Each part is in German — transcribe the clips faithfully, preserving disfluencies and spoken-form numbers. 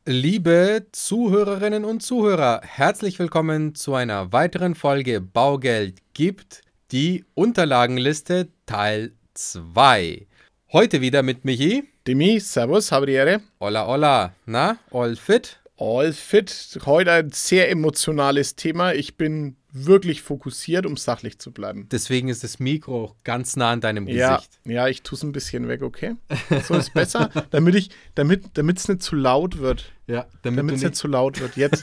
Liebe Zuhörerinnen und Zuhörer, herzlich willkommen zu einer weiteren Folge Baugeld gibt, die Unterlagenliste Teil zwei. Heute wieder mit Michi. Demi, servus, habe die Ehre. Hola, hola. Na, all fit? All fit. Heute ein sehr emotionales Thema. Ich bin wirklich fokussiert, um sachlich zu bleiben. Deswegen ist das Mikro ganz nah an deinem Ja, Gesicht. ja, ich tue es ein bisschen weg, okay? So ist besser, damit ich, damit, damit es nicht zu laut wird. Ja, damit, Damit du es nicht, nicht zu laut wird. Jetzt.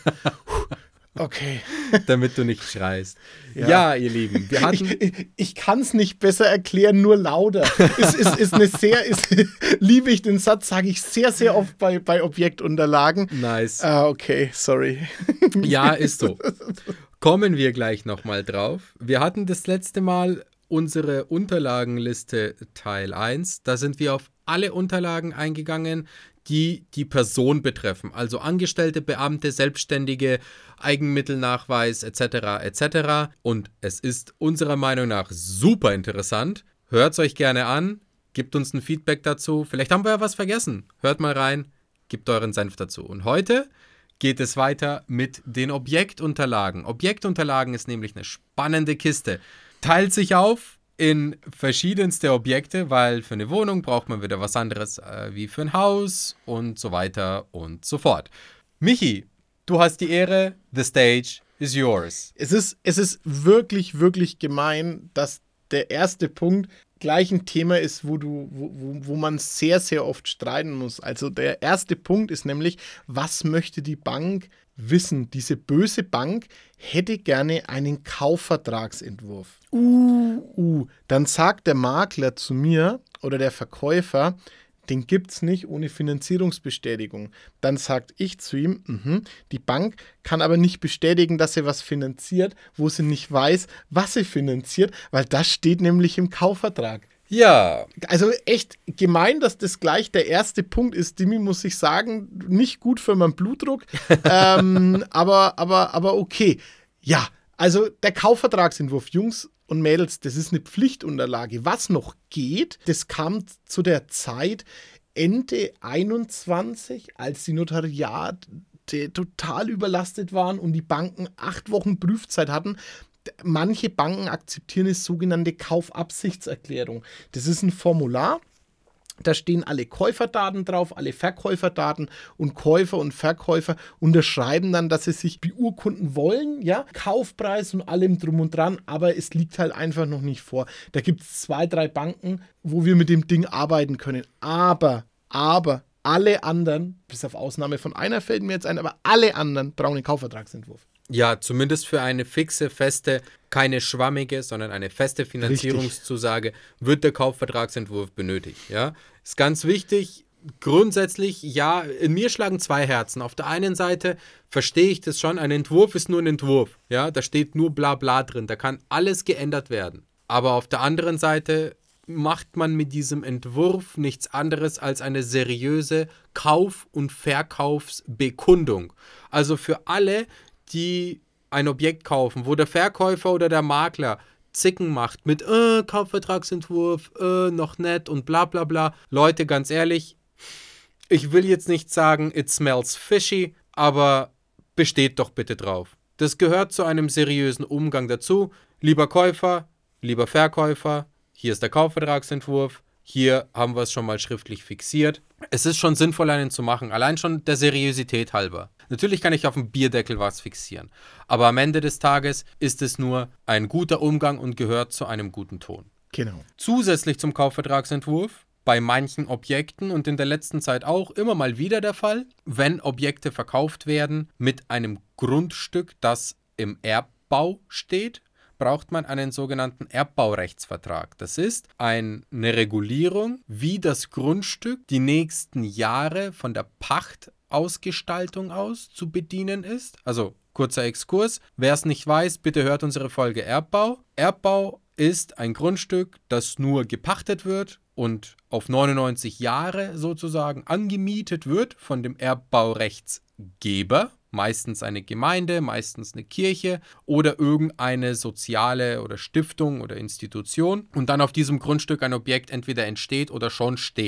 Okay. damit du nicht schreist. Ja, Ja. ihr Lieben, wir hatten... Ich, ich, ich kann es nicht besser erklären, nur lauter. Es ist, ist eine sehr, ist, liebe ich den Satz, sage ich sehr, sehr oft bei, bei Objektunterlagen. Nice. Ah, okay, sorry. Ja, ist so. Kommen wir gleich nochmal drauf. Wir hatten das letzte Mal unsere Unterlagenliste Teil eins. Da sind wir auf alle Unterlagen eingegangen, die die Person betreffen. Also Angestellte, Beamte, Selbstständige, Eigenmittelnachweis et cetera et cetera. Und es ist unserer Meinung nach super interessant. Hört es euch gerne an, gebt uns ein Feedback dazu. Vielleicht haben wir ja was vergessen. Hört mal rein, gebt euren Senf dazu. Und heute geht es weiter mit den Objektunterlagen. Objektunterlagen ist nämlich eine spannende Kiste. Teilt sich auf in verschiedenste Objekte, weil für eine Wohnung braucht man wieder was anderes äh, wie für ein Haus und so weiter und so fort. Michi, du hast die Ehre, the stage is yours. Es ist, es ist wirklich, wirklich gemein, dass der erste Punkt gleich ein Thema ist, wo du, wo, wo, wo man sehr, sehr oft streiten muss. Also der erste Punkt ist nämlich, was möchte die Bank wissen? Diese böse Bank hätte gerne einen Kaufvertragsentwurf. Uh, uh. Dann sagt der Makler zu mir oder der Verkäufer, den gibt es nicht ohne Finanzierungsbestätigung. Dann sagt ich zu ihm, mh, die Bank kann aber nicht bestätigen, dass sie was finanziert, wo sie nicht weiß, was sie finanziert, weil das steht nämlich im Kaufvertrag. Ja, Also echt gemein, dass das gleich der erste Punkt ist. Dimi, muss ich sagen, nicht gut für meinen Blutdruck, ähm, aber, aber, aber okay. Ja, also der Kaufvertragsentwurf, Jungs und Mädels, das ist eine Pflichtunterlage. Was noch geht, das kam zu der Zeit Ende einundzwanzig, als die Notariate total überlastet waren und die Banken acht Wochen Prüfzeit hatten. Manche Banken akzeptieren eine sogenannte Kaufabsichtserklärung. Das ist ein Formular. Da stehen alle Käuferdaten drauf, alle Verkäuferdaten und Käufer und Verkäufer unterschreiben dann, dass sie sich beurkunden wollen, ja, Kaufpreis und allem drum und dran, aber es liegt halt einfach noch nicht vor. Da gibt es zwei, drei Banken, wo wir mit dem Ding arbeiten können, aber, aber alle anderen, bis auf Ausnahme von einer fällt mir jetzt ein, aber alle anderen brauchen einen Kaufvertragsentwurf. Ja, zumindest für eine fixe, feste, keine schwammige, sondern eine feste Finanzierungszusage Richtig. Wird der Kaufvertragsentwurf benötigt. Ja, ist ganz wichtig. Grundsätzlich, ja, in mir schlagen zwei Herzen. Auf der einen Seite verstehe ich das schon, ein Entwurf ist nur ein Entwurf. Ja, da steht nur bla bla drin, da kann alles geändert werden. Aber auf der anderen Seite macht man mit diesem Entwurf nichts anderes als eine seriöse Kauf- und Verkaufsbekundung. Also für alle, die ein Objekt kaufen, wo der Verkäufer oder der Makler Zicken macht mit äh, Kaufvertragsentwurf, äh, noch nett und bla bla bla. Leute, ganz ehrlich, ich will jetzt nicht sagen, it smells fishy, aber besteht doch bitte drauf. Das gehört zu einem seriösen Umgang dazu. Lieber Käufer, lieber Verkäufer, hier ist der Kaufvertragsentwurf. Hier haben wir es schon mal schriftlich fixiert. Es ist schon sinnvoll, einen zu machen, allein schon der Seriosität halber. Natürlich kann ich auf dem Bierdeckel was fixieren, aber am Ende des Tages ist es nur ein guter Umgang und gehört zu einem guten Ton. Genau. Zusätzlich zum Kaufvertragsentwurf, bei manchen Objekten und in der letzten Zeit auch immer mal wieder der Fall, wenn Objekte verkauft werden mit einem Grundstück, das im Erbbau steht, braucht man einen sogenannten Erbbaurechtsvertrag. Das ist eine Regulierung, wie das Grundstück die nächsten Jahre von der Pachtausgestaltung aus zu bedienen ist. Also kurzer Exkurs, wer es nicht weiß, bitte hört unsere Folge Erbbau. Erbbau ist ein Grundstück, das nur gepachtet wird und auf neunundneunzig Jahre sozusagen angemietet wird von dem Erbbaurechtsgeber. Meistens eine Gemeinde, meistens eine Kirche oder irgendeine soziale oder Stiftung oder Institution und dann auf diesem Grundstück ein Objekt entweder entsteht oder schon steht.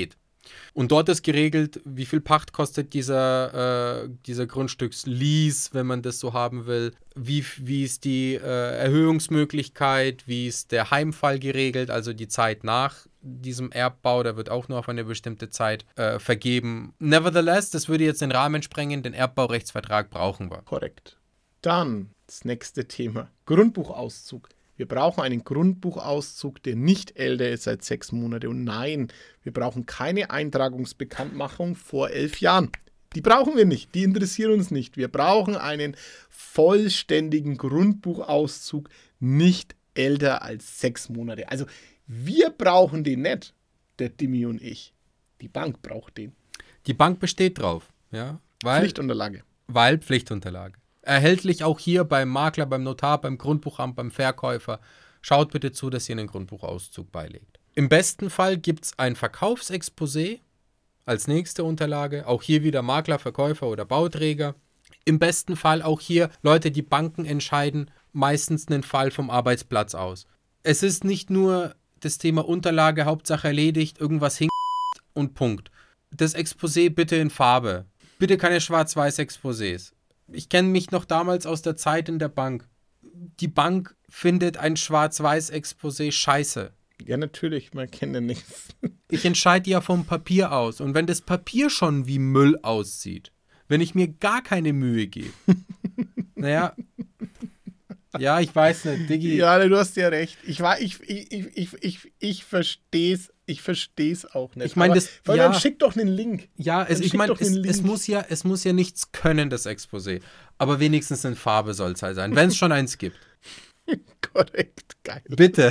Und dort ist geregelt, wie viel Pacht kostet dieser, äh, dieser Grundstückslease, wenn man das so haben will. Wie, wie ist die äh, Erhöhungsmöglichkeit, wie ist der Heimfall geregelt, also die Zeit nach diesem Erbbau, da wird auch nur auf eine bestimmte Zeit äh, vergeben. Nevertheless, das würde jetzt den Rahmen sprengen, den Erbbaurechtsvertrag brauchen wir. Korrekt. Dann das nächste Thema, Grundbuchauszug. Wir brauchen einen Grundbuchauszug, der nicht älter ist als sechs Monate. Und nein, wir brauchen keine Eintragungsbekanntmachung vor elf Jahren. Die brauchen wir nicht, die interessieren uns nicht. Wir brauchen einen vollständigen Grundbuchauszug, nicht älter als sechs Monate. Also wir brauchen den nicht, der Dimi und ich. Die Bank braucht den. Die Bank besteht drauf, ja. Weil, Pflichtunterlage. Weil Pflichtunterlage. Erhältlich auch hier beim Makler, beim Notar, beim Grundbuchamt, beim Verkäufer. Schaut bitte zu, dass ihr einen Grundbuchauszug beilegt. Im besten Fall gibt es ein Verkaufsexposé als nächste Unterlage. Auch hier wieder Makler, Verkäufer oder Bauträger. Im besten Fall auch hier, Leute, die Banken entscheiden meistens einen Fall vom Arbeitsplatz aus. Es ist nicht nur das Thema Unterlage, Hauptsache erledigt, irgendwas hing und Punkt. Das Exposé bitte in Farbe. Bitte keine Schwarz-Weiß-Exposés. Ich kenne mich noch damals aus der Zeit in der Bank. Die Bank findet ein Schwarz-Weiß-Exposé scheiße. Ja, natürlich, man kennt ja nichts. Ich entscheide ja vom Papier aus. Und wenn das Papier schon wie Müll aussieht, wenn ich mir gar keine Mühe gebe, naja, ja, ich weiß nicht, Diggi. Ja, du hast ja recht. Ich, ich, ich, ich, ich, ich verstehe es ich versteh's auch nicht. Ich meine, das Aber, ja, dann schick doch einen Link. Ja, es, ich meine, es, es, muss ja, es muss ja nichts können, das Exposé. Aber wenigstens in Farbe soll es halt sein, wenn es schon eins gibt. Korrekt, geil. Bitte.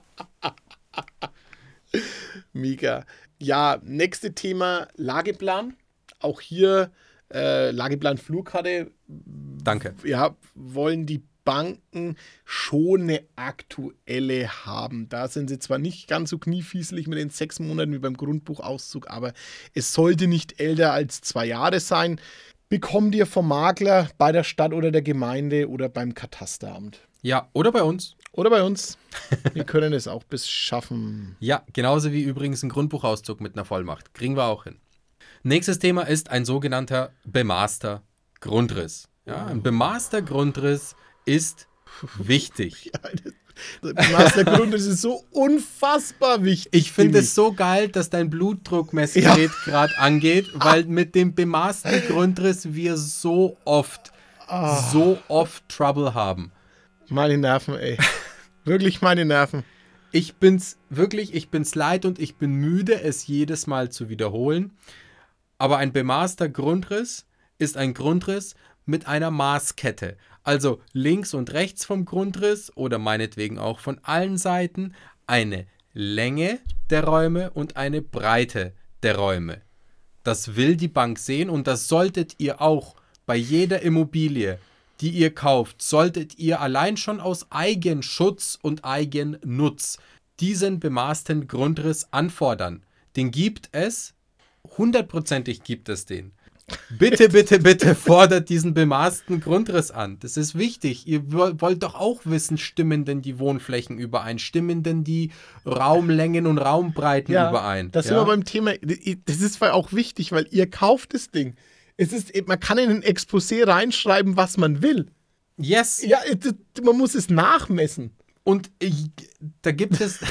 Mega. Ja, nächste Thema, Lageplan. Auch hier äh, Lageplan Flurkarte. Danke. Ja, wollen die Banken schon eine aktuelle haben. Da sind sie zwar nicht ganz so kniefieselig mit den sechs Monaten wie beim Grundbuchauszug, aber es sollte nicht älter als zwei Jahre sein. Bekommt ihr vom Makler bei der Stadt oder der Gemeinde oder beim Katasteramt. Ja, oder bei uns. Oder bei uns. Wir können es auch bis schaffen. Ja, genauso wie übrigens ein Grundbuchauszug mit einer Vollmacht. Kriegen wir auch hin. Nächstes Thema ist ein sogenannter Bemaster Grundriss. Ja, ein Bemaster Grundriss ist wichtig. Ja, der Bemaster Grundriss ist so unfassbar wichtig. Ich finde es so geil, dass dein Blutdruckmessgerät ja. gerade angeht, weil mit dem bemasterten Grundriss wir so oft, oh. so oft Trouble haben. Meine Nerven, ey. Wirklich meine Nerven. Ich bin's wirklich, ich bin's leid und ich bin müde, es jedes Mal zu wiederholen. Aber ein bemaster Grundriss ist ein Grundriss mit einer Maßkette. Also links und rechts vom Grundriss oder meinetwegen auch von allen Seiten eine Länge der Räume und eine Breite der Räume. Das will die Bank sehen und das solltet ihr auch bei jeder Immobilie, die ihr kauft, solltet ihr allein schon aus Eigenschutz und Eigennutz diesen bemaßten Grundriss anfordern. Den gibt es, hundertprozentig gibt es den. Bitte, bitte, bitte fordert diesen bemaßten Grundriss an. Das ist wichtig. Ihr wollt doch auch wissen, stimmen denn die Wohnflächen überein? Stimmen denn die Raumlängen und Raumbreiten ja, überein? Das ja? sind wir beim Thema. Das ist auch wichtig, weil ihr kauft das Ding. Es ist, man kann in ein Exposé reinschreiben, was man will. Yes. Ja, man muss es nachmessen. Und ich, da gibt es...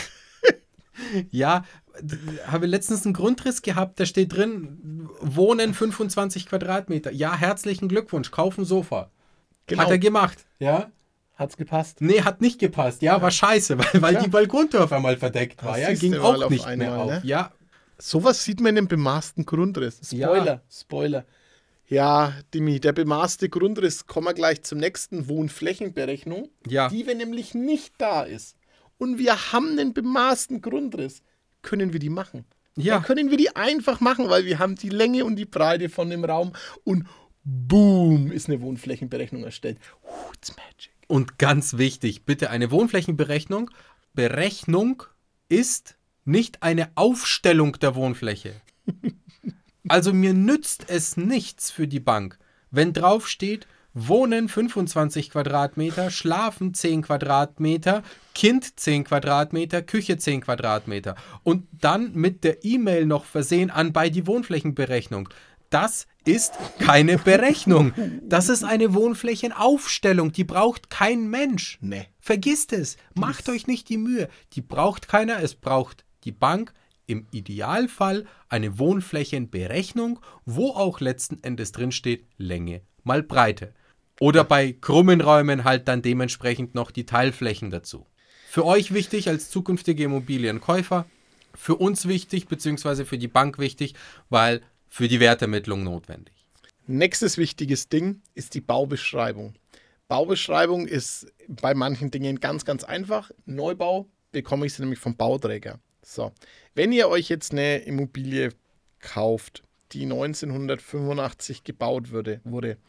Ja, habe letztens einen Grundriss gehabt, da steht drin, Wohnen fünfundzwanzig Quadratmeter. Ja, herzlichen Glückwunsch, kaufen Sofa. Genau. Hat er gemacht. Ja. Hat's gepasst? Nee, hat nicht gepasst. Ja, ja. War scheiße, weil, weil ja. die Balkontür auf einmal verdeckt war. Ja, ging auch nicht einmal, mehr auf. Ne? Ja. Sowas sieht man in dem bemaßten Grundriss. Spoiler, ja. Spoiler. Ja, Dimi, der bemaßte Grundriss, kommen wir gleich zur nächsten Wohnflächenberechnung, ja. die, wenn nämlich nicht da ist und wir haben einen bemaßten Grundriss, können wir die machen. Ja. Dann können wir die einfach machen, weil wir haben die Länge und die Breite von dem Raum und boom, ist eine Wohnflächenberechnung erstellt. Uh, it's magic. Und ganz wichtig, bitte eine Wohnflächenberechnung. Berechnung ist nicht eine Aufstellung der Wohnfläche. Also mir nützt es nichts für die Bank, wenn drauf steht, Wohnen fünfundzwanzig Quadratmeter, Schlafen zehn Quadratmeter, Kind zehn Quadratmeter, Küche zehn Quadratmeter. Und dann mit der E-Mail noch versehen an bei die Wohnflächenberechnung. Das ist keine Berechnung. Das ist eine Wohnflächenaufstellung. Die braucht kein Mensch. Nee. Vergisst es. Macht euch nicht die Mühe. Die braucht keiner. Es braucht die Bank. Im Idealfall eine Wohnflächenberechnung, wo auch letzten Endes drin steht Länge mal Breite. Oder bei krummen Räumen halt dann dementsprechend noch die Teilflächen dazu. Für euch wichtig als zukünftige Immobilienkäufer, für uns wichtig, beziehungsweise für die Bank wichtig, weil für die Wertermittlung notwendig. Nächstes wichtiges Ding ist die Baubeschreibung. Baubeschreibung ist bei manchen Dingen ganz, ganz einfach. Neubau bekomme ich sie nämlich vom Bauträger. So, wenn ihr euch jetzt eine Immobilie kauft, die neunzehnhundertfünfundachtzig gebaut wurde, wurde,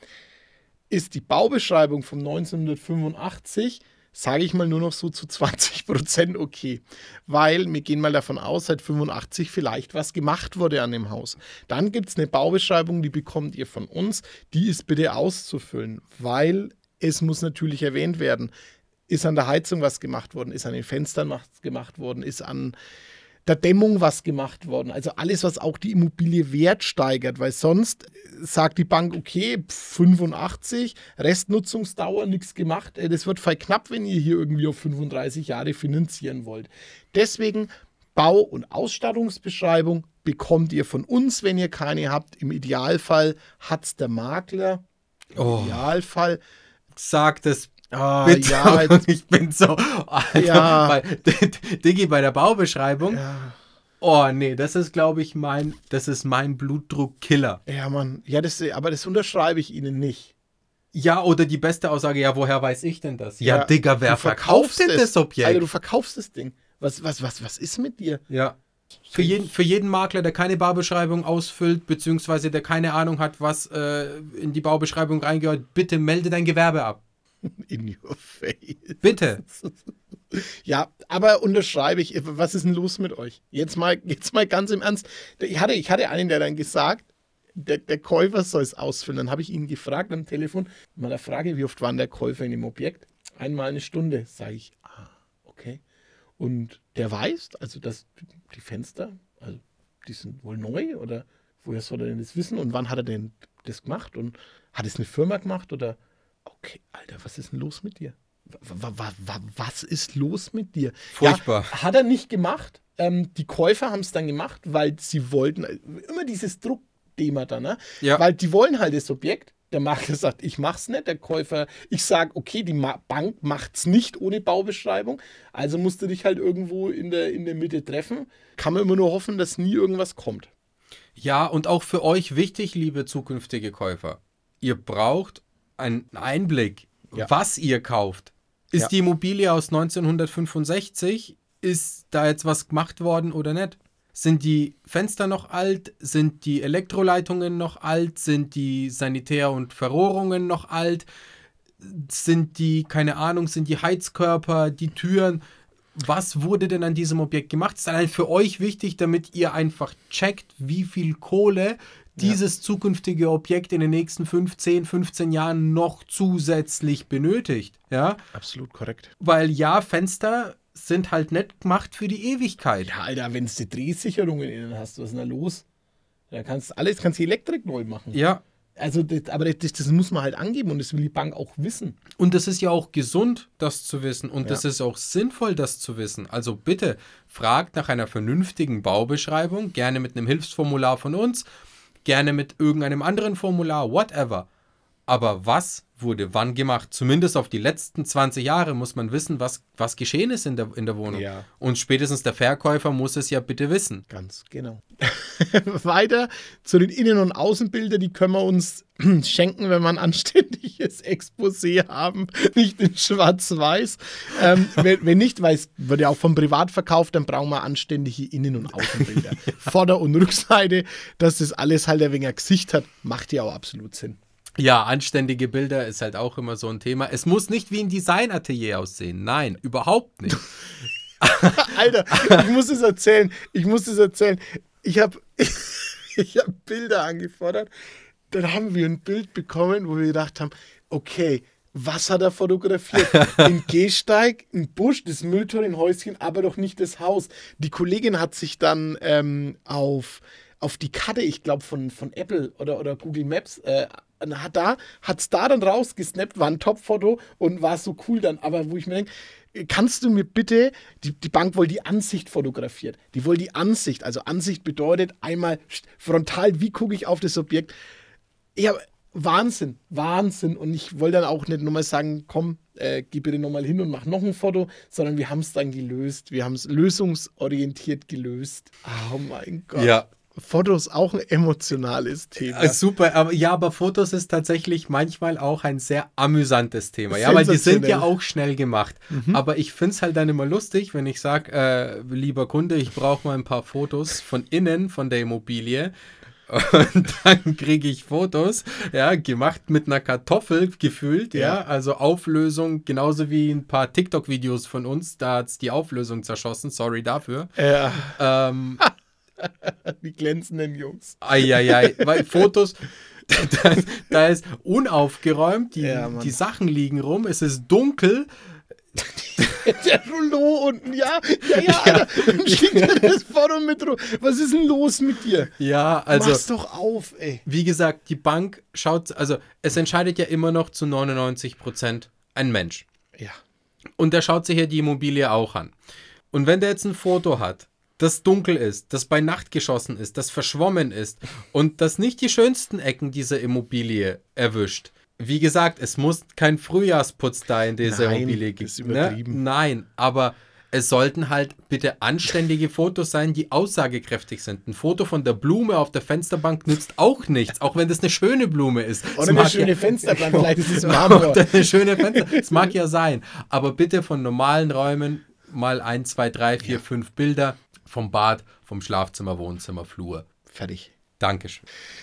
ist die Baubeschreibung von neunzehnhundertfünfundachtzig, sage ich mal, nur noch so zu zwanzig Prozent okay. Weil wir gehen mal davon aus, seit fünfundachtzig vielleicht was gemacht wurde an dem Haus. Dann gibt es eine Baubeschreibung, die bekommt ihr von uns, die ist bitte auszufüllen, weil es muss natürlich erwähnt werden, ist an der Heizung was gemacht worden, ist an den Fenstern was gemacht worden, ist an der Dämmung was gemacht worden. Also alles, was auch die Immobilie Wert steigert, weil sonst sagt die Bank, okay, fünfundachtzig, Restnutzungsdauer, nichts gemacht. Das wird voll knapp, wenn ihr hier irgendwie auf fünfunddreißig Jahre finanzieren wollt. Deswegen Bau- und Ausstattungsbeschreibung bekommt ihr von uns, wenn ihr keine habt. Im Idealfall hat es der Makler. Im Oh. Idealfall. Sagt es Ah, bitte. ja, jetzt, Ich bin so, Alter, Ja. bei, Diggi, bei der Baubeschreibung, ja. oh nee, das ist, glaube ich, mein, das ist mein Blutdruckkiller. Ja, Mann. Ja, das, aber das unterschreibe ich Ihnen nicht. Ja, oder die beste Aussage, ja, woher weiß ich denn das? Ja, Ja, Digga, wer du verkauft verkaufst denn es. das Objekt? Alter, du verkaufst das Ding. Was, was, was, was ist mit dir? Ja. Für jeden, für jeden Makler, der keine Baubeschreibung ausfüllt, beziehungsweise der keine Ahnung hat, was äh, in die Baubeschreibung reingehört, bitte melde dein Gewerbe ab. In your face. Bitte. Ja, aber unterschreibe ich. Was ist denn los mit euch? Jetzt mal, jetzt mal ganz im Ernst. Ich hatte, ich hatte einen, der dann gesagt, der, der Käufer soll es ausfüllen. Dann habe ich ihn gefragt am Telefon, mal eine Frage, wie oft war denn der Käufer in dem Objekt? Einmal eine Stunde. Sage ich, ah, okay. Und der weiß, also dass die Fenster, also die sind wohl neu oder woher soll er denn das wissen? Und wann hat er denn das gemacht? Und hat es eine Firma gemacht oder... Okay, Alter, was ist denn los mit dir? W- w- w- Was ist los mit dir? Furchtbar. Ja, hat er nicht gemacht. Ähm, die Käufer haben es dann gemacht, weil sie wollten, immer dieses Druckthema da, ne? Ja. Weil die wollen halt das Objekt. Der Makler sagt, ich mach's nicht. Der Käufer, ich sage, okay, die Ma- Bank macht's nicht ohne Baubeschreibung. Also musst du dich halt irgendwo in der, in der Mitte treffen. Kann man immer nur hoffen, dass nie irgendwas kommt. Ja, und auch für euch wichtig, liebe zukünftige Käufer. Ihr braucht einen Einblick, Ja. was ihr kauft. Ist Ja. die Immobilie aus neunzehnhundertfünfundsechzig? Ist da jetzt was gemacht worden oder nicht? Sind die Fenster noch alt? Sind die Elektroleitungen noch alt? Sind die Sanitär- und Verrohrungen noch alt? Sind die, keine Ahnung, sind die Heizkörper, die Türen? Was wurde denn an diesem Objekt gemacht? Das ist dann für euch wichtig, damit ihr einfach checkt, wie viel Kohle dieses zukünftige Objekt in den nächsten fünfzehn, fünfzehn Jahren noch zusätzlich benötigt. Ja? Absolut korrekt. Weil ja, Fenster sind halt nicht gemacht für die Ewigkeit. Ja, Alter, wenn du die Drehsicherungen innen hast, was ist denn da los? Da kannst du alles, kannst die Elektrik neu machen. Ja, Also, das, aber das, das muss man halt angeben und das will die Bank auch wissen. und es ist ja auch gesund, das zu wissen. Und Ja. es ist auch sinnvoll, das zu wissen. Also bitte fragt nach einer vernünftigen Baubeschreibung, gerne mit einem Hilfsformular von uns, gerne mit irgendeinem anderen Formular, whatever. Aber was wurde wann gemacht? Zumindest auf die letzten zwanzig Jahre muss man wissen, was, was geschehen ist in der, in der Wohnung. Ja. Und spätestens der Verkäufer muss es ja bitte wissen. Ganz genau. Weiter zu den Innen- und Außenbildern, die können wir uns schenken, wenn wir ein anständiges Exposé haben, nicht in schwarz-weiß. Ähm, wenn, wenn nicht, weil es wird ja auch vom Privat verkauft, dann brauchen wir anständige Innen- und Außenbilder. Vorder- und Rückseite, dass das alles halt ein wenig Gesicht hat, macht ja auch absolut Sinn. Ja, anständige Bilder ist halt auch immer so ein Thema. Es muss nicht wie ein Designatelier aussehen. Nein, überhaupt nicht. Alter, ich muss es erzählen. Ich muss es erzählen. Ich habe ich hab Bilder angefordert. Dann haben wir ein Bild bekommen, wo wir gedacht haben, okay, was hat er fotografiert? Ein Gehsteig, ein Busch, das Mülltor, ein Häuschen, aber doch nicht das Haus. Die Kollegin hat sich dann ähm, auf, auf die Karte, ich glaube von, von Apple oder, oder Google Maps, äh, hat da, hat's da dann rausgesnappt, war ein Top-Foto und war so cool dann. Aber wo ich mir denke, kannst du mir bitte, die, die Bank wollte die Ansicht fotografiert. Die wollte die Ansicht, also Ansicht bedeutet einmal frontal, wie gucke ich auf das Objekt. Ja, Wahnsinn, Wahnsinn. Und ich wollte dann auch nicht nur mal sagen, komm, äh, geh bitte nochmal hin und mach noch ein Foto, sondern wir haben es dann gelöst. Wir haben es lösungsorientiert gelöst. Oh mein Gott. Ja. Fotos auch ein emotionales Thema. Äh, super, aber ja, aber Fotos ist tatsächlich manchmal auch ein sehr amüsantes Thema. Ja, weil die sind ja auch schnell gemacht. Mhm. Aber ich finde es halt dann immer lustig, wenn ich sage, äh, lieber Kunde, ich brauche mal ein paar Fotos von innen von der Immobilie. Und dann kriege ich Fotos, ja, gemacht mit einer Kartoffel gefühlt, ja. ja, also Auflösung, genauso wie ein paar TikTok-Videos von uns, da hat es die Auflösung zerschossen, sorry dafür. Ja. Ähm, die glänzenden Jungs. Eieiei, weil Fotos, da, da ist unaufgeräumt, die, ja, die Sachen liegen rum, es ist dunkel. Der Rouleau unten, ja, ja, ja, Alter. Dann schickt er das Foto mit. Was ist denn los mit dir? Ja, also. Mach's doch auf, ey. Wie gesagt, die Bank schaut, also es entscheidet ja immer noch zu neunundneunzig Prozent ein Mensch. Ja. Und der schaut sich ja die Immobilie auch an. Und wenn der jetzt ein Foto hat, das dunkel ist, das bei Nacht geschossen ist, das verschwommen ist und das nicht die schönsten Ecken dieser Immobilie erwischt. Wie gesagt, es muss kein Frühjahrsputz da in dieser Nein, Immobilie geben. Ist übertrieben. Ne? Nein, aber es sollten halt bitte anständige Fotos sein, die aussagekräftig sind. Ein Foto von der Blume auf der Fensterbank nützt auch nichts, auch wenn das eine schöne Blume ist. Oder eine schöne ja, Fensterbank, vielleicht ist es Marmor. Oder eine schöne Fenster, das mag ja sein. Aber bitte von normalen Räumen mal ein, zwei, drei, vier, ja. fünf Bilder vom Bad, vom Schlafzimmer, Wohnzimmer, Flur. Fertig. Dankeschön.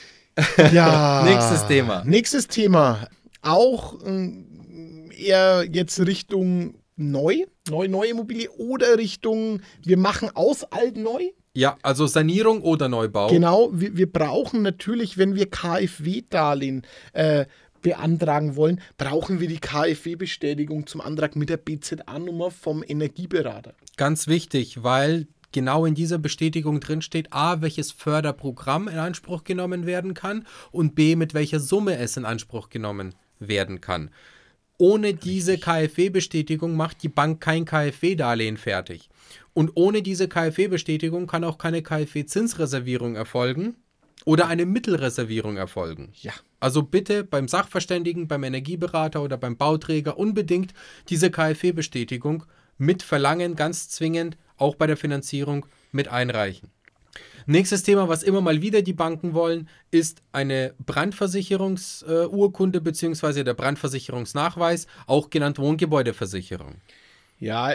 Ja. Nächstes Thema. Nächstes Thema. Auch äh, eher jetzt Richtung neu, neu, neue Immobilie oder Richtung, wir machen aus alt neu. Ja, also Sanierung oder Neubau. Genau, wir, wir brauchen natürlich, wenn wir KfW-Darlehen äh, beantragen wollen, brauchen wir die KfW-Bestätigung zum Antrag mit der B Z A-Nummer vom Energieberater. Ganz wichtig, weil genau in dieser Bestätigung drin steht, a, welches Förderprogramm in Anspruch genommen werden kann und b, mit welcher Summe es in Anspruch genommen werden kann. Ohne diese KfW-Bestätigung macht die Bank kein KfW-Darlehen fertig. Und ohne diese KfW-Bestätigung kann auch keine KfW-Zinsreservierung erfolgen oder eine Mittelreservierung erfolgen. Ja. Also bitte beim Sachverständigen, beim Energieberater oder beim Bauträger unbedingt diese KfW-Bestätigung mit verlangen, ganz zwingend, auch bei der Finanzierung mit einreichen. Nächstes Thema, was immer mal wieder die Banken wollen, ist eine Brandversicherungsurkunde äh, bzw. der Brandversicherungsnachweis, auch genannt Wohngebäudeversicherung. Ja,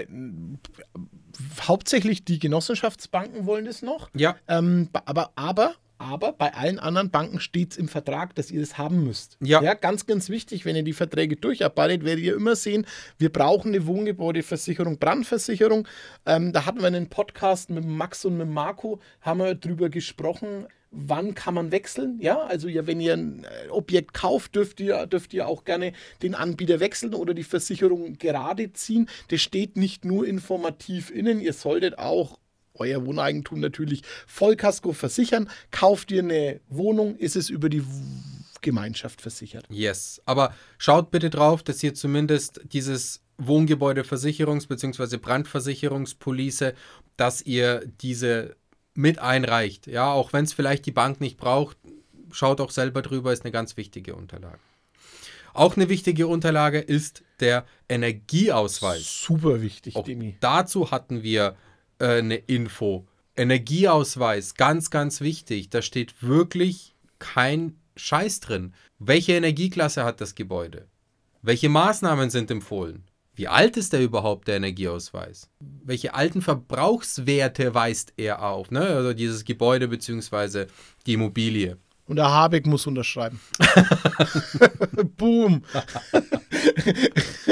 hauptsächlich die Genossenschaftsbanken wollen das noch. Ja. Ähm, aber, aber, aber bei allen anderen Banken steht es im Vertrag, dass ihr das haben müsst. Ja. Ja, ganz, ganz wichtig, wenn ihr die Verträge durcharbeitet, werdet ihr immer sehen, wir brauchen eine Wohngebäudeversicherung, Brandversicherung. Ähm, da hatten wir einen Podcast mit Max und mit Marco, haben wir drüber gesprochen, wann kann man wechseln? Ja, also ja, wenn ihr ein Objekt kauft, dürft ihr, dürft ihr auch gerne den Anbieter wechseln oder die Versicherung gerade ziehen. Das steht nicht nur informativ innen, ihr solltet auch euer Wohneigentum natürlich Vollkasko versichern. Kauft ihr eine Wohnung, ist es über die Gemeinschaft versichert. Yes, aber schaut bitte drauf, dass ihr zumindest dieses Wohngebäudeversicherungs- bzw. Brandversicherungspolice, dass ihr diese mit einreicht. Ja, auch wenn es vielleicht die Bank nicht braucht, schaut auch selber drüber, ist eine ganz wichtige Unterlage. Auch eine wichtige Unterlage ist der Energieausweis. Super wichtig, auch Demi. Dazu hatten wir äh, eine Info. Energieausweis, ganz, ganz wichtig. Da steht wirklich kein Scheiß drin. Welche Energieklasse hat das Gebäude? Welche Maßnahmen sind empfohlen? Wie alt ist der überhaupt, der Energieausweis? Welche alten Verbrauchswerte weist er auf? Ne? Also dieses Gebäude bzw. die Immobilie. Und der Habeck muss unterschreiben. Boom.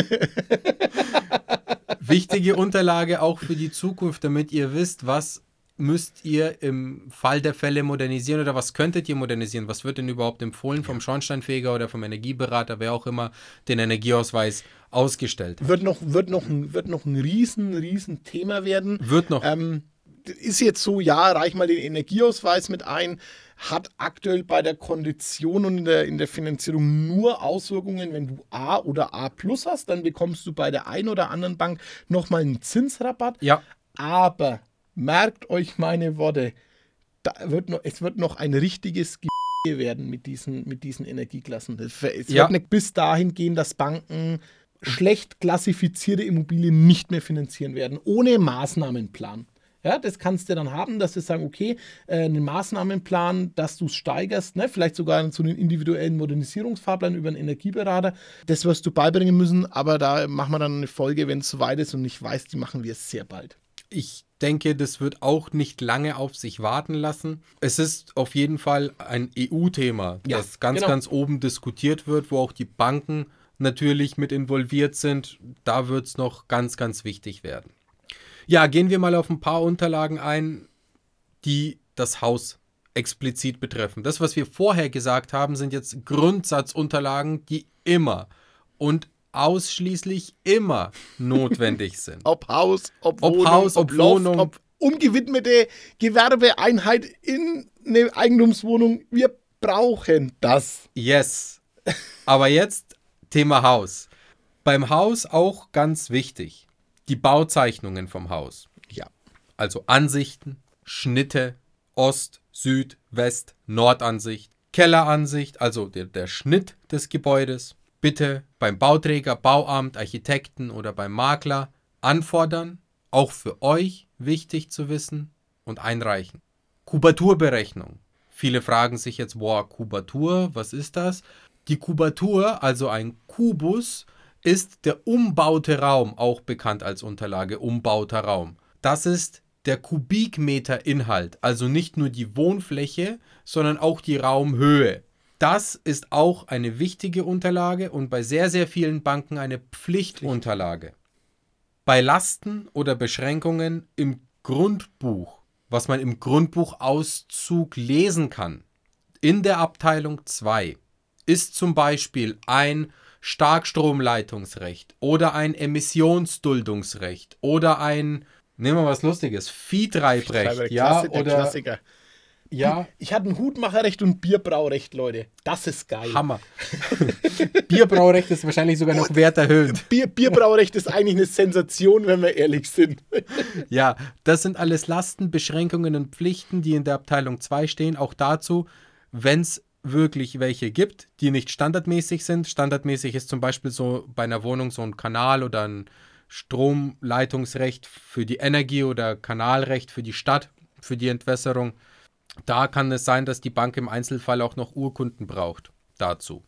Wichtige Unterlage auch für die Zukunft, damit ihr wisst, was müsst ihr im Fall der Fälle modernisieren oder was könntet ihr modernisieren? Was wird denn überhaupt empfohlen vom Schornsteinfeger oder vom Energieberater, wer auch immer den Energieausweis ausgestellt hat? Wird noch, wird noch, ein, wird noch ein riesen, riesen Thema werden. Wird noch. Ähm, ist jetzt so, ja, reich mal den Energieausweis mit ein, hat aktuell bei der Kondition und in der, in der Finanzierung nur Auswirkungen, wenn du A oder A plus hast, dann bekommst du bei der einen oder anderen Bank nochmal einen Zinsrabatt. Ja. Aber merkt euch meine Worte, da wird noch, es wird noch ein richtiges Ge werden mit diesen, mit diesen Energieklassen. Es Ja. wird nicht bis dahin gehen, dass Banken schlecht klassifizierte Immobilien nicht mehr finanzieren werden, ohne Maßnahmenplan. Ja, das kannst du dann haben, dass sie sagen, okay, äh, einen Maßnahmenplan, dass du es steigerst, ne? Vielleicht sogar so einen individuellen Modernisierungsfahrplan über einen Energieberater. Das wirst du beibringen müssen, aber da machen wir dann eine Folge, wenn es soweit ist und ich weiß, die machen wir sehr bald. Ich denke, das wird auch nicht lange auf sich warten lassen. Es ist auf jeden Fall ein E U-Thema, Ja, das ganz, genau. ganz oben diskutiert wird, wo auch die Banken natürlich mit involviert sind. Da wird es noch ganz, ganz wichtig werden. Ja, gehen wir mal auf ein paar Unterlagen ein, die das Haus explizit betreffen. Das, was wir vorher gesagt haben, sind jetzt Grundsatzunterlagen, die immer und ausschließlich immer notwendig sind. Ob Haus, ob, Ob Wohnung, Haus, ob Loft, Wohnung. ob umgewidmete Gewerbeeinheit in eine Eigentumswohnung. Wir brauchen das. Yes. Aber jetzt Thema Haus. Beim Haus auch ganz wichtig, die Bauzeichnungen vom Haus. Ja. Also Ansichten, Schnitte, Ost, Süd, West, Nordansicht, Kelleransicht, also der, der Schnitt des Gebäudes. Bitte beim Bauträger, Bauamt, Architekten oder beim Makler anfordern, auch für euch wichtig zu wissen und einreichen. Kubaturberechnung. Viele fragen sich jetzt, boah, Kubatur, was ist das? Die Kubatur, also ein Kubus, ist der umbaute Raum, auch bekannt als Unterlage, umbauter Raum. Das ist der Kubikmeter-Inhalt, also nicht nur die Wohnfläche, sondern auch die Raumhöhe. Das ist auch eine wichtige Unterlage und bei sehr, sehr vielen Banken eine Pflichtunterlage. Bei Lasten oder Beschränkungen im Grundbuch, was man im Grundbuchauszug lesen kann, in der Abteilung zwei, ist zum Beispiel ein Starkstromleitungsrecht oder ein Emissionsduldungsrecht oder ein, nehmen wir was Lustiges, Viehtreibrecht, ja, der oder Klassiker. ja, Ich hatte ein Hutmacherrecht und ein Bierbraurecht, Leute. Das ist geil. Hammer. Bierbraurecht ist wahrscheinlich sogar noch werterhöhend. Bier, Bierbraurecht ist eigentlich eine Sensation, wenn wir ehrlich sind. Ja, das sind alles Lasten, Beschränkungen und Pflichten, die in der Abteilung zwei stehen. Auch dazu, wenn es wirklich welche gibt, die nicht standardmäßig sind. Standardmäßig ist zum Beispiel so bei einer Wohnung so ein Kanal oder ein Stromleitungsrecht für die Energie oder Kanalrecht für die Stadt, für die Entwässerung. Da kann es sein, dass die Bank im Einzelfall auch noch Urkunden braucht dazu.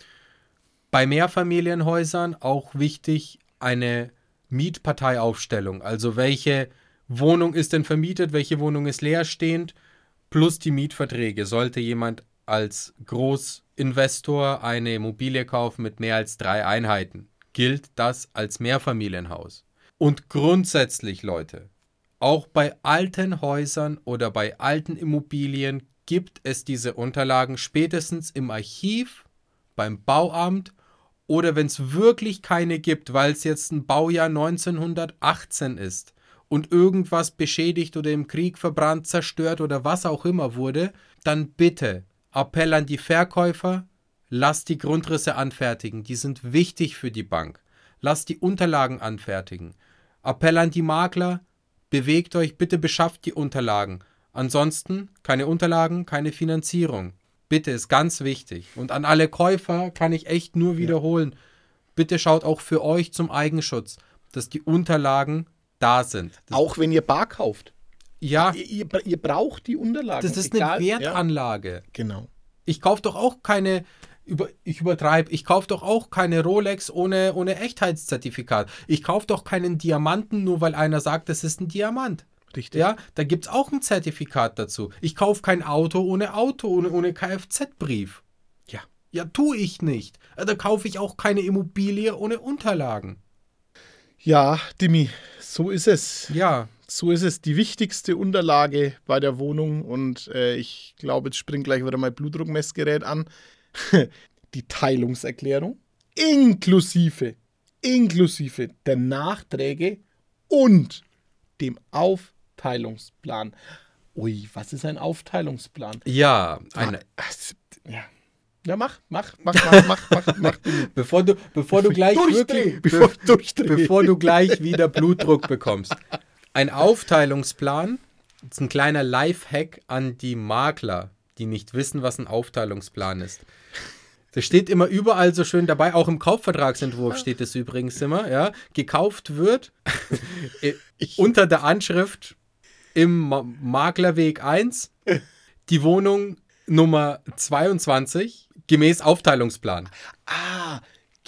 Bei Mehrfamilienhäusern auch wichtig eine Mietparteiaufstellung. Also welche Wohnung ist denn vermietet, welche Wohnung ist leerstehend, plus die Mietverträge. Sollte jemand als Großinvestor eine Immobilie kaufen mit mehr als drei Einheiten, gilt das als Mehrfamilienhaus. Und grundsätzlich, Leute, auch bei alten Häusern oder bei alten Immobilien gibt es diese Unterlagen spätestens im Archiv, beim Bauamt oder wenn es wirklich keine gibt, weil es jetzt ein Baujahr neunzehnhundertachtzehn ist und irgendwas beschädigt oder im Krieg verbrannt, zerstört oder was auch immer wurde, dann bitte Appell an die Verkäufer, lasst die Grundrisse anfertigen, die sind wichtig für die Bank. Lasst die Unterlagen anfertigen. Appell an die Makler, bewegt euch, bitte beschafft die Unterlagen. Ansonsten keine Unterlagen, keine Finanzierung. Bitte, ist ganz wichtig. Und an alle Käufer kann ich echt nur wiederholen, ja. Bitte schaut auch für euch zum Eigenschutz, dass die Unterlagen da sind. Das auch wenn ihr bar kauft. Ja. Ihr, ihr, ihr braucht die Unterlagen. Das ist egal, eine Wertanlage. Ja. Genau. Ich kaufe doch auch keine, über, ich übertreibe, ich kaufe doch auch keine Rolex ohne, ohne Echtheitszertifikat. Ich kaufe doch keinen Diamanten, nur weil einer sagt, das ist ein Diamant. Richtig. Ja, da gibt es auch ein Zertifikat dazu. Ich kaufe kein Auto ohne Auto, ohne, ohne Kfz-Brief. Ja. Ja, tue ich nicht. Da kaufe ich auch keine Immobilie ohne Unterlagen. Ja, Dimi, so ist es. Ja. So ist es. Die wichtigste Unterlage bei der Wohnung und äh, ich glaube, jetzt springt gleich wieder mein Blutdruckmessgerät an. Die Teilungserklärung inklusive, inklusive der Nachträge und dem Aufteilungsplan. Ui, was ist ein Aufteilungsplan? Ja, eine. Ja. Ja, mach, mach, mach, mach, mach, mach, mach. Bevor du, bevor du gleich wirklich, bevor, be bevor du gleich wieder Blutdruck bekommst. Ein Aufteilungsplan ist ein kleiner Lifehack an die Makler, die nicht wissen, was ein Aufteilungsplan ist. Das steht immer überall so schön dabei, auch im Kaufvertragsentwurf steht es übrigens immer, ja. Gekauft wird unter der Anschrift im Ma Maklerweg eins die Wohnung Nummer zweiundzwanzig gemäß Aufteilungsplan. Ah,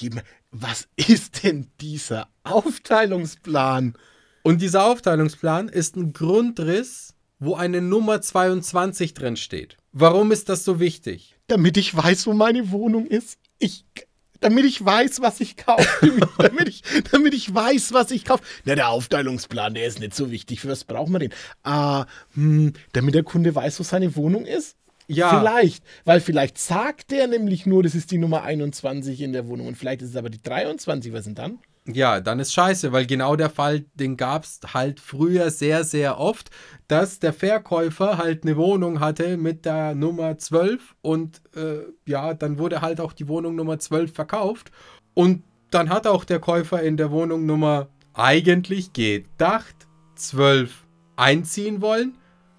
was ist denn dieser Aufteilungsplan? Und dieser Aufteilungsplan ist ein Grundriss, wo eine Nummer zweiundzwanzig drin steht. Warum ist das so wichtig? Damit ich weiß, wo meine Wohnung ist. Ich, damit ich weiß, was ich kaufe. damit, ich, damit ich weiß, was ich kaufe. Na, der Aufteilungsplan, der ist nicht so wichtig. Für was brauchen wir den? Ah, hm, damit der Kunde weiß, wo seine Wohnung ist? Ja. Vielleicht. Weil vielleicht sagt der nämlich nur, das ist die Nummer einundzwanzig in der Wohnung. Und vielleicht ist es aber die dreiundzwanzig. Was sind dann? Ja, dann ist scheiße, weil genau der Fall, den gab es halt früher sehr, sehr oft, dass der Verkäufer halt eine Wohnung hatte mit der Nummer zwölf und äh, ja, dann wurde halt auch die Wohnung Nummer zwölf verkauft und dann hat auch der Käufer in der Wohnung Nummer eigentlich gedacht zwölf einziehen wollen,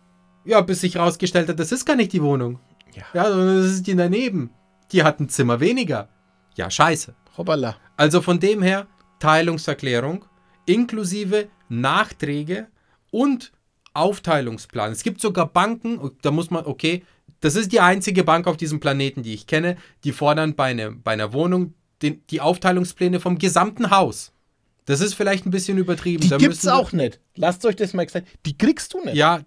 ja, bis sich rausgestellt hat, das ist gar nicht die Wohnung. Ja. Ja, sondern das ist die daneben. Die hat ein Zimmer weniger. Ja, scheiße. Hoppala. Also von dem her, Teilungserklärung inklusive Nachträge und Aufteilungsplan. Es gibt sogar Banken, da muss man, okay, das ist die einzige Bank auf diesem Planeten, die ich kenne, die fordern bei, eine, bei einer Wohnung den, die Aufteilungspläne vom gesamten Haus. Das ist vielleicht ein bisschen übertrieben. Die da gibt's auch nicht. Lasst euch das mal gesagt. Die kriegst du nicht. Ja.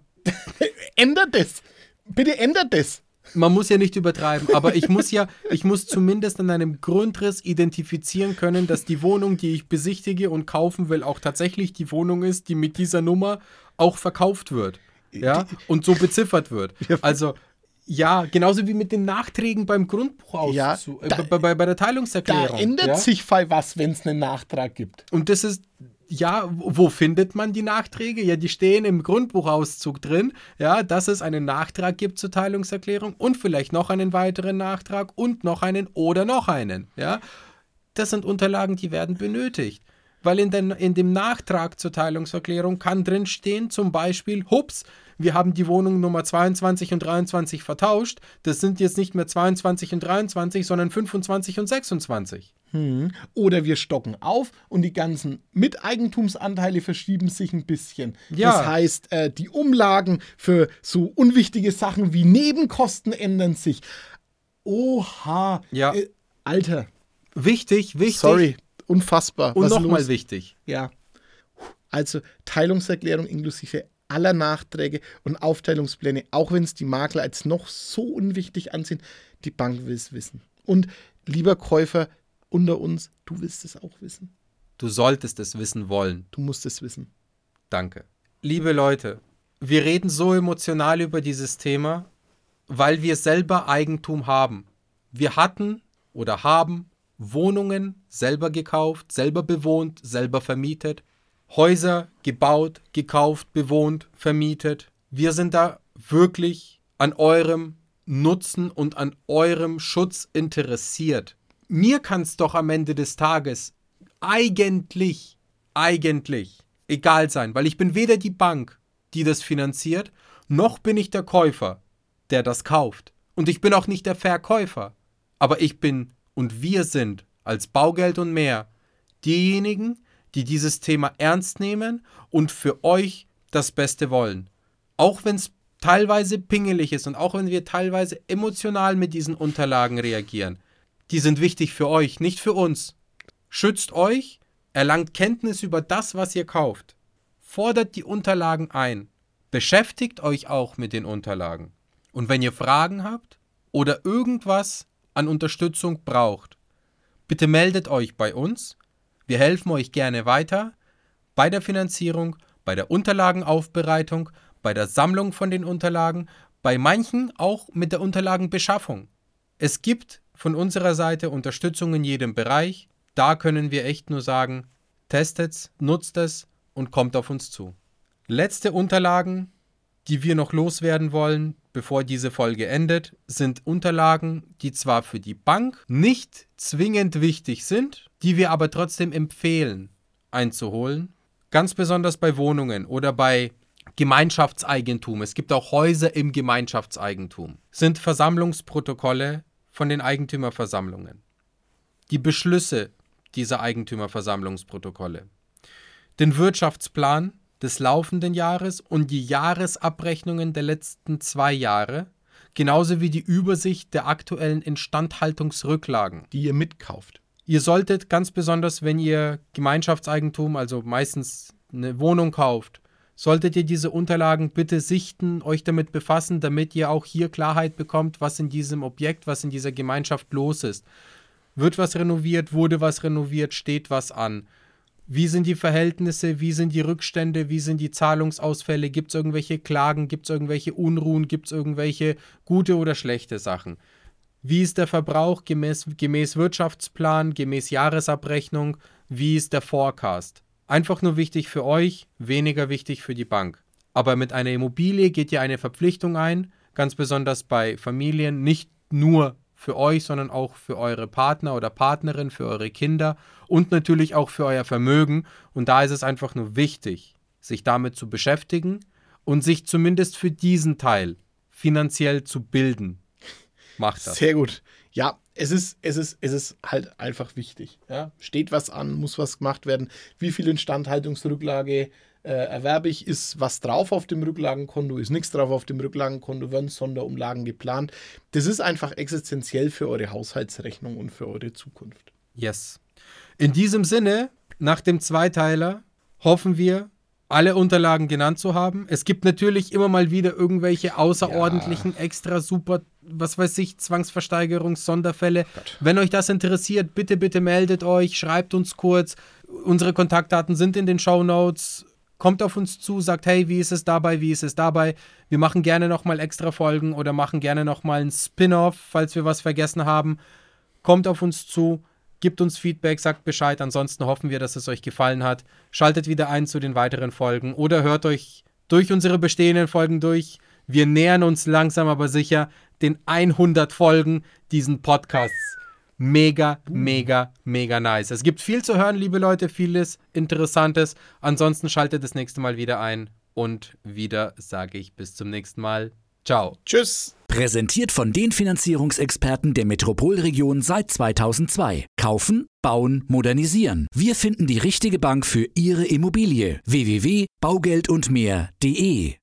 Ändert das. Bitte ändert das. Man muss ja nicht übertreiben, aber ich muss ja, ich muss zumindest an einem Grundriss identifizieren können, dass die Wohnung, die ich besichtige und kaufen will, auch tatsächlich die Wohnung ist, die mit dieser Nummer auch verkauft wird. Ja, und so beziffert wird. Also, ja, genauso wie mit den Nachträgen beim Grundbuchauszug, ja, da, äh, bei, bei, bei der Teilungserklärung. Da ändert ja? sich was, wenn es einen Nachtrag gibt. Und das ist, ja, wo findet man die Nachträge? Ja, die stehen im Grundbuchauszug drin, ja, dass es einen Nachtrag gibt zur Teilungserklärung und vielleicht noch einen weiteren Nachtrag und noch einen oder noch einen, ja. Das sind Unterlagen, die werden benötigt, weil in, den, in dem Nachtrag zur Teilungserklärung kann drin stehen, zum Beispiel, hups, wir haben die Wohnung Nummer zweiundzwanzig und dreiundzwanzig vertauscht, das sind jetzt nicht mehr zweiundzwanzig und dreiundzwanzig, sondern fünfundzwanzig und sechsundzwanzig. Hm. Oder wir stocken auf und die ganzen Miteigentumsanteile verschieben sich ein bisschen. Ja. Das heißt, äh, die Umlagen für so unwichtige Sachen wie Nebenkosten ändern sich. Oha. Ja. Äh, Alter. Wichtig, wichtig. Sorry, unfassbar. Und nochmal wichtig. Ja. Also Teilungserklärung inklusive aller Nachträge und Aufteilungspläne, auch wenn es die Makler als noch so unwichtig ansehen, die Bank will es wissen. Und lieber Käufer unter uns, du willst es auch wissen. Du solltest es wissen wollen. Du musst es wissen. Danke. Liebe Leute, wir reden so emotional über dieses Thema, weil wir selber Eigentum haben. Wir hatten oder haben Wohnungen selber gekauft, selber bewohnt, selber vermietet. Häuser gebaut, gekauft, bewohnt, vermietet. Wir sind da wirklich an eurem Nutzen und an eurem Schutz interessiert. Mir kann es doch am Ende des Tages eigentlich, eigentlich egal sein, weil ich bin weder die Bank, die das finanziert, noch bin ich der Käufer, der das kauft. Und ich bin auch nicht der Verkäufer. Aber ich bin und wir sind als Baugeld und mehr diejenigen, die dieses Thema ernst nehmen und für euch das Beste wollen. Auch wenn es teilweise pingelig ist und auch wenn wir teilweise emotional mit diesen Unterlagen reagieren. Die sind wichtig für euch, nicht für uns. Schützt euch, erlangt Kenntnis über das, was ihr kauft. Fordert die Unterlagen ein. Beschäftigt euch auch mit den Unterlagen. Und wenn ihr Fragen habt oder irgendwas an Unterstützung braucht, bitte meldet euch bei uns. Wir helfen euch gerne weiter. bei der Finanzierung, bei der Unterlagenaufbereitung, bei der Sammlung von den Unterlagen, bei manchen auch mit der Unterlagenbeschaffung. Es gibt von unserer Seite Unterstützung in jedem Bereich. Da können wir echt nur sagen, testet's, nutzt es und kommt auf uns zu. Letzte Unterlagen, die wir noch loswerden wollen, bevor diese Folge endet, sind Unterlagen, die zwar für die Bank nicht zwingend wichtig sind, die wir aber trotzdem empfehlen einzuholen. Ganz besonders bei Wohnungen oder bei Gemeinschaftseigentum. Es gibt auch Häuser im Gemeinschaftseigentum. Sind Versammlungsprotokolle von den Eigentümerversammlungen. Die Beschlüsse dieser Eigentümerversammlungsprotokolle. Den Wirtschaftsplan des laufenden Jahres und die Jahresabrechnungen der letzten zwei Jahre, genauso wie die Übersicht der aktuellen Instandhaltungsrücklagen, die ihr mitkauft. Ihr solltet ganz besonders, wenn ihr Gemeinschaftseigentum, also meistens eine Wohnung kauft, solltet ihr diese Unterlagen bitte sichten, euch damit befassen, damit ihr auch hier Klarheit bekommt, was in diesem Objekt, was in dieser Gemeinschaft los ist. Wird was renoviert, wurde was renoviert, steht was an? Wie sind die Verhältnisse, wie sind die Rückstände, wie sind die Zahlungsausfälle, gibt es irgendwelche Klagen, gibt es irgendwelche Unruhen, gibt es irgendwelche gute oder schlechte Sachen? Wie ist der Verbrauch gemäß, gemäß Wirtschaftsplan, gemäß Jahresabrechnung, wie ist der Forecast? Einfach nur wichtig für euch, weniger wichtig für die Bank. Aber mit einer Immobilie geht ihr eine Verpflichtung ein, ganz besonders bei Familien, nicht nur für euch, sondern auch für eure Partner oder Partnerin, für eure Kinder und natürlich auch für euer Vermögen. Und da ist es einfach nur wichtig, sich damit zu beschäftigen und sich zumindest für diesen Teil finanziell zu bilden. Macht das. Sehr gut. Ja, es ist, es ist, es ist halt einfach wichtig. Ja? Steht was an, muss was gemacht werden. Wie viel Instandhaltungsrücklage äh, erwerbe ich? Ist was drauf auf dem Rücklagenkonto? Ist nichts drauf auf dem Rücklagenkonto? Werden Sonderumlagen geplant? Das ist einfach existenziell für eure Haushaltsrechnung und für eure Zukunft. Yes. In diesem Sinne, nach dem Zweiteiler, hoffen wir, alle Unterlagen genannt zu haben. Es gibt natürlich immer mal wieder irgendwelche außerordentlichen, ja. extra super, was weiß ich, Zwangsversteigerungs-, Sonderfälle. Gott. Wenn euch das interessiert, bitte, bitte meldet euch, schreibt uns kurz. Unsere Kontaktdaten sind in den Shownotes. Kommt auf uns zu, sagt, hey, wie ist es dabei, wie ist es dabei? Wir machen gerne nochmal extra Folgen oder machen gerne nochmal ein Spin-off, falls wir was vergessen haben. Kommt auf uns zu. Gebt uns Feedback, sagt Bescheid. Ansonsten hoffen wir, dass es euch gefallen hat. Schaltet wieder ein zu den weiteren Folgen oder hört euch durch unsere bestehenden Folgen durch. Wir nähern uns langsam aber sicher den hundert Folgen diesen Podcasts. Mega, mega, mega nice. Es gibt viel zu hören, liebe Leute, vieles Interessantes. Ansonsten schaltet das nächste Mal wieder ein. Und wieder sage ich bis zum nächsten Mal. Ciao. Tschüss. Präsentiert von den Finanzierungsexperten der Metropolregion seit zweitausendzwei. Kaufen, bauen, modernisieren. Wir finden die richtige Bank für Ihre Immobilie. w w w punkt baugeld und mehr punkt de